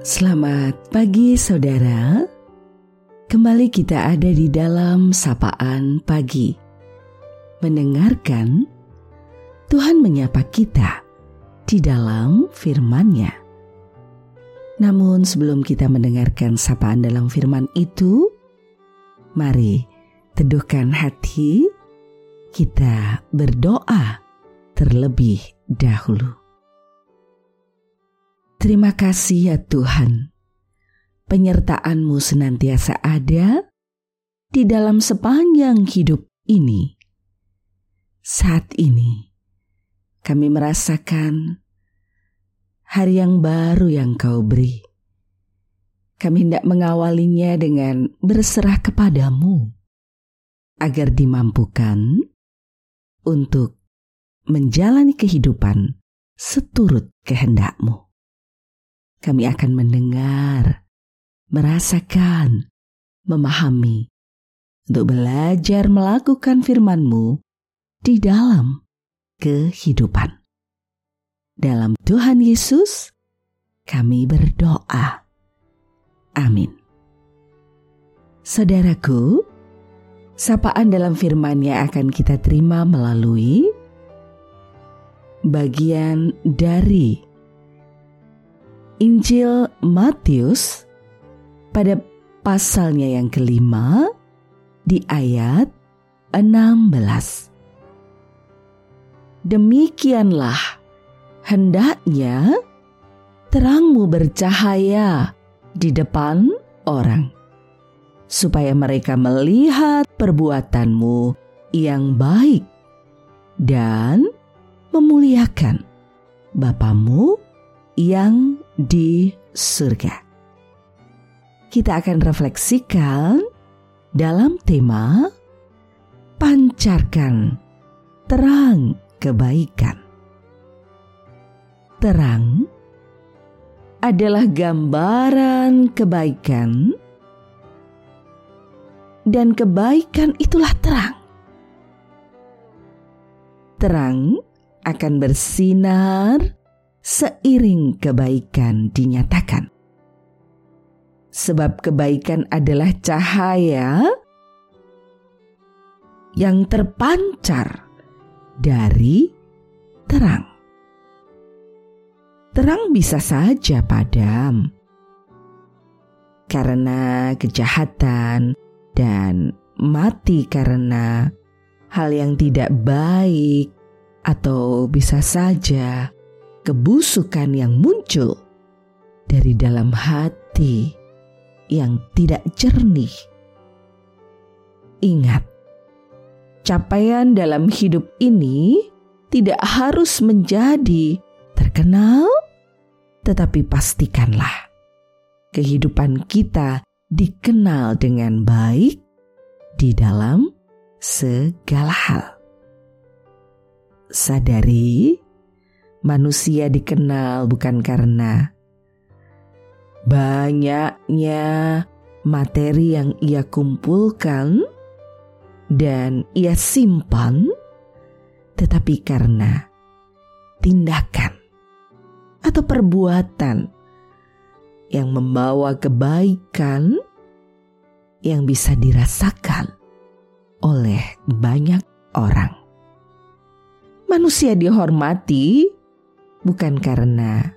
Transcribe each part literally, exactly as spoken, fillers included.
Selamat pagi saudara. Kembali kita ada di dalam sapaan pagi. Mendengarkan Tuhan menyapa kita di dalam firman-Nya. Namun sebelum kita mendengarkan sapaan dalam firman itu, mari teduhkan hati, kita berdoa terlebih dahulu. Terima kasih ya Tuhan, penyertaan-Mu senantiasa ada di dalam sepanjang hidup ini. Saat ini, kami merasakan hari yang baru yang Kau beri. Kami hendak mengawalinya dengan berserah kepada-Mu, agar dimampukan untuk menjalani kehidupan seturut kehendak-Mu. Kami akan mendengar, merasakan, memahami, untuk belajar melakukan firman-Mu di dalam kehidupan. Dalam Tuhan Yesus, kami berdoa. Amin. Saudaraku, sapaan dalam firman-Nya akan kita terima melalui bagian dari Injil Matius pada pasalnya yang kelima di ayat enam belas. Demikianlah hendaknya terangmu bercahaya di depan orang, supaya mereka melihat perbuatanmu yang baik dan memuliakan Bapamu yang di surga. Kita akan refleksikan dalam tema pancarkan terang kebaikan. Terang adalah gambaran kebaikan, dan kebaikan itulah terang. Terang akan bersinar seiring kebaikan dinyatakan. Sebab kebaikan adalah cahaya yang terpancar dari terang. Terang bisa saja padam karena kejahatan dan mati karena hal yang tidak baik, atau bisa saja kebusukan yang muncul dari dalam hati yang tidak jernih. Ingat, capaian dalam hidup ini tidak harus menjadi terkenal, tetapi pastikanlah kehidupan kita dikenal dengan baik di dalam segala hal. Sadari, manusia dikenal bukan karena banyaknya materi yang ia kumpulkan dan ia simpan, tetapi karena tindakan atau perbuatan yang membawa kebaikan yang bisa dirasakan oleh banyak orang. Manusia dihormati bukan karena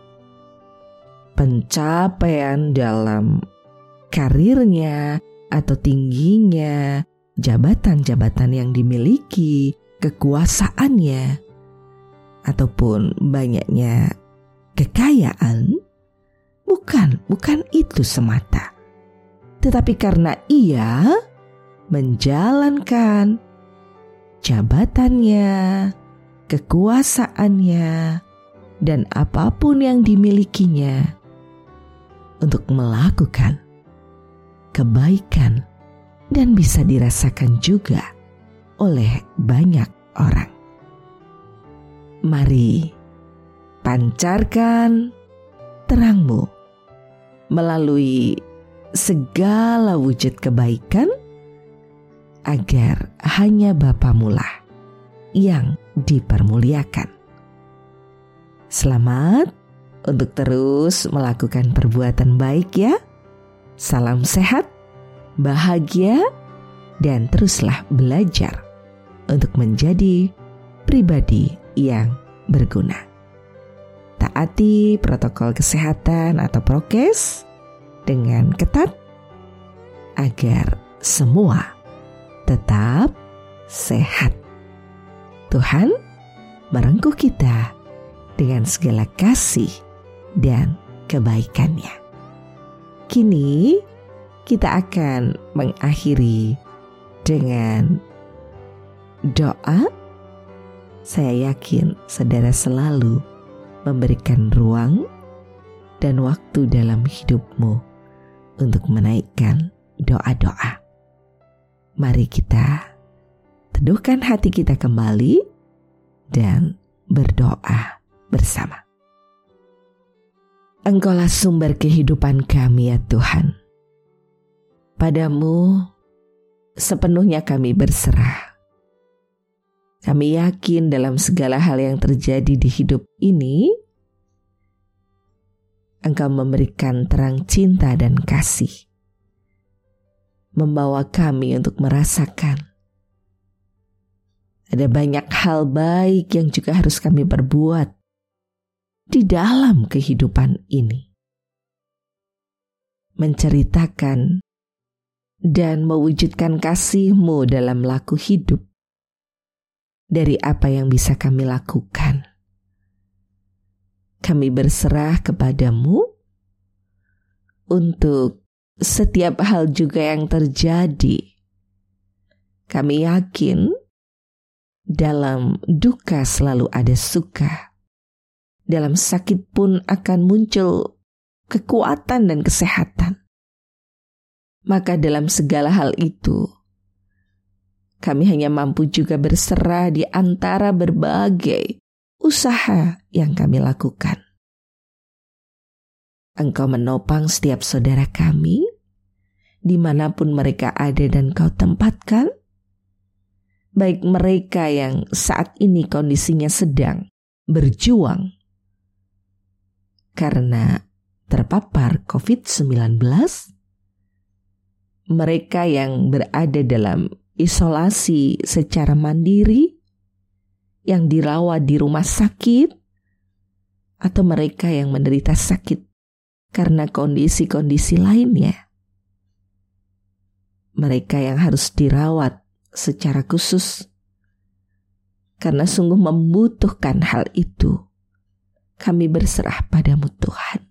pencapaian dalam karirnya atau tingginya jabatan-jabatan yang dimiliki, kekuasaannya, ataupun banyaknya kekayaan. Bukan, bukan itu semata. Tetapi karena ia menjalankan jabatannya, kekuasaannya, dan apapun yang dimilikinya untuk melakukan kebaikan dan bisa dirasakan juga oleh banyak orang. Mari pancarkan terangmu melalui segala wujud kebaikan, agar hanya Bapamulah yang dipermuliakan. Selamat untuk terus melakukan perbuatan baik ya. Salam sehat, bahagia, dan teruslah belajar untuk menjadi pribadi yang berguna. Taati protokol kesehatan atau prokes dengan ketat agar semua tetap sehat. Tuhan merengkuh kita dengan segala kasih dan kebaikannya. Kini kita akan mengakhiri dengan doa. Saya yakin saudara selalu memberikan ruang dan waktu dalam hidupmu untuk menaikkan doa-doa. Mari kita teduhkan hati kita kembali dan berdoa bersama. Engkaulah sumber kehidupan kami ya Tuhan. Padamu sepenuhnya kami berserah. Kami yakin dalam segala hal yang terjadi di hidup ini, Engkau memberikan terang cinta dan kasih, membawa kami untuk merasakan ada banyak hal baik yang juga harus kami perbuat di dalam kehidupan ini. Menceritakan dan mewujudkan kasih-Mu dalam laku hidup dari apa yang bisa kami lakukan. Kami berserah kepadamu untuk setiap hal juga yang terjadi. Kami yakin dalam duka selalu ada suka. Dalam sakit pun akan muncul kekuatan dan kesehatan. Maka dalam segala hal itu, kami hanya mampu juga berserah di antara berbagai usaha yang kami lakukan. Engkau menopang setiap saudara kami, dimanapun mereka ada dan Kau tempatkan, baik mereka yang saat ini kondisinya sedang berjuang karena terpapar covid sembilan belas, mereka yang berada dalam isolasi secara mandiri, yang dirawat di rumah sakit, atau mereka yang menderita sakit karena kondisi-kondisi lainnya. Mereka yang harus dirawat secara khusus karena sungguh membutuhkan hal itu. Kami berserah padamu Tuhan.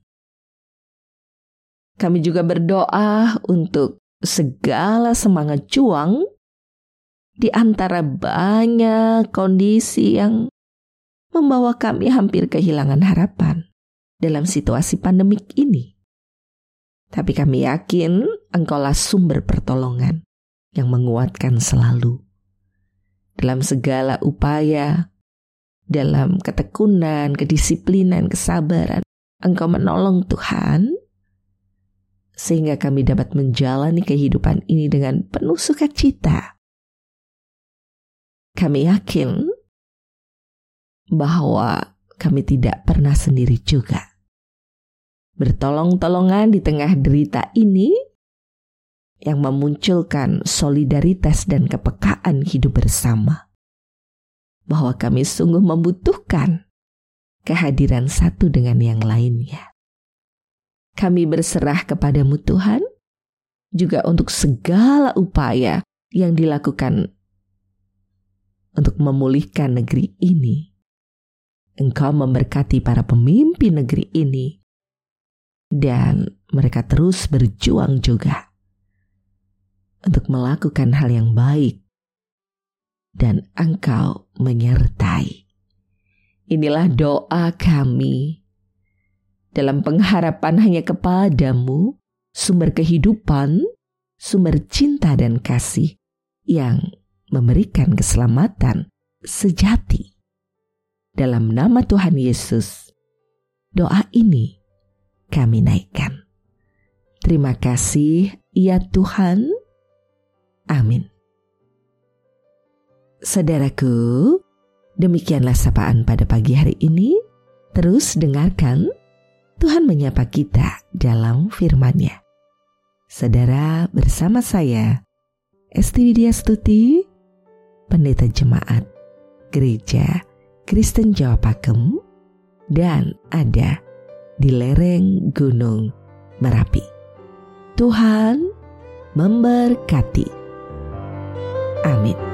Kami juga berdoa untuk segala semangat juang di antara banyak kondisi yang membawa kami hampir kehilangan harapan dalam situasi pandemik ini. Tapi kami yakin Engkaulah sumber pertolongan yang menguatkan selalu. Dalam segala upaya, dalam ketekunan, kedisiplinan, kesabaran, Engkau menolong Tuhan, sehingga kami dapat menjalani kehidupan ini dengan penuh sukacita. Kami yakin bahwa kami tidak pernah sendiri juga. Bertolong-tolongan di tengah derita ini yang memunculkan solidaritas dan kepekaan hidup bersama. Bahwa kami sungguh membutuhkan kehadiran satu dengan yang lainnya. Kami berserah kepadamu Tuhan, juga untuk segala upaya yang dilakukan untuk memulihkan negeri ini. Engkau memberkati para pemimpin negeri ini, dan mereka terus berjuang juga untuk melakukan hal yang baik, dan Engkau menyertai. Inilah doa kami dalam pengharapan hanya kepadamu, sumber kehidupan, sumber cinta dan kasih yang memberikan keselamatan sejati. Dalam nama Tuhan Yesus, doa ini kami naikkan. Terima kasih ya Tuhan. Amin. Saudaraku, demikianlah sapaan pada pagi hari ini. Terus dengarkan Tuhan menyapa kita dalam firman-Nya. Saudara, bersama saya Esti Widya Stuti, Pendeta Jemaat Gereja Kristen Jawa Pakem, dan ada di lereng Gunung Merapi. Tuhan memberkati. Amin.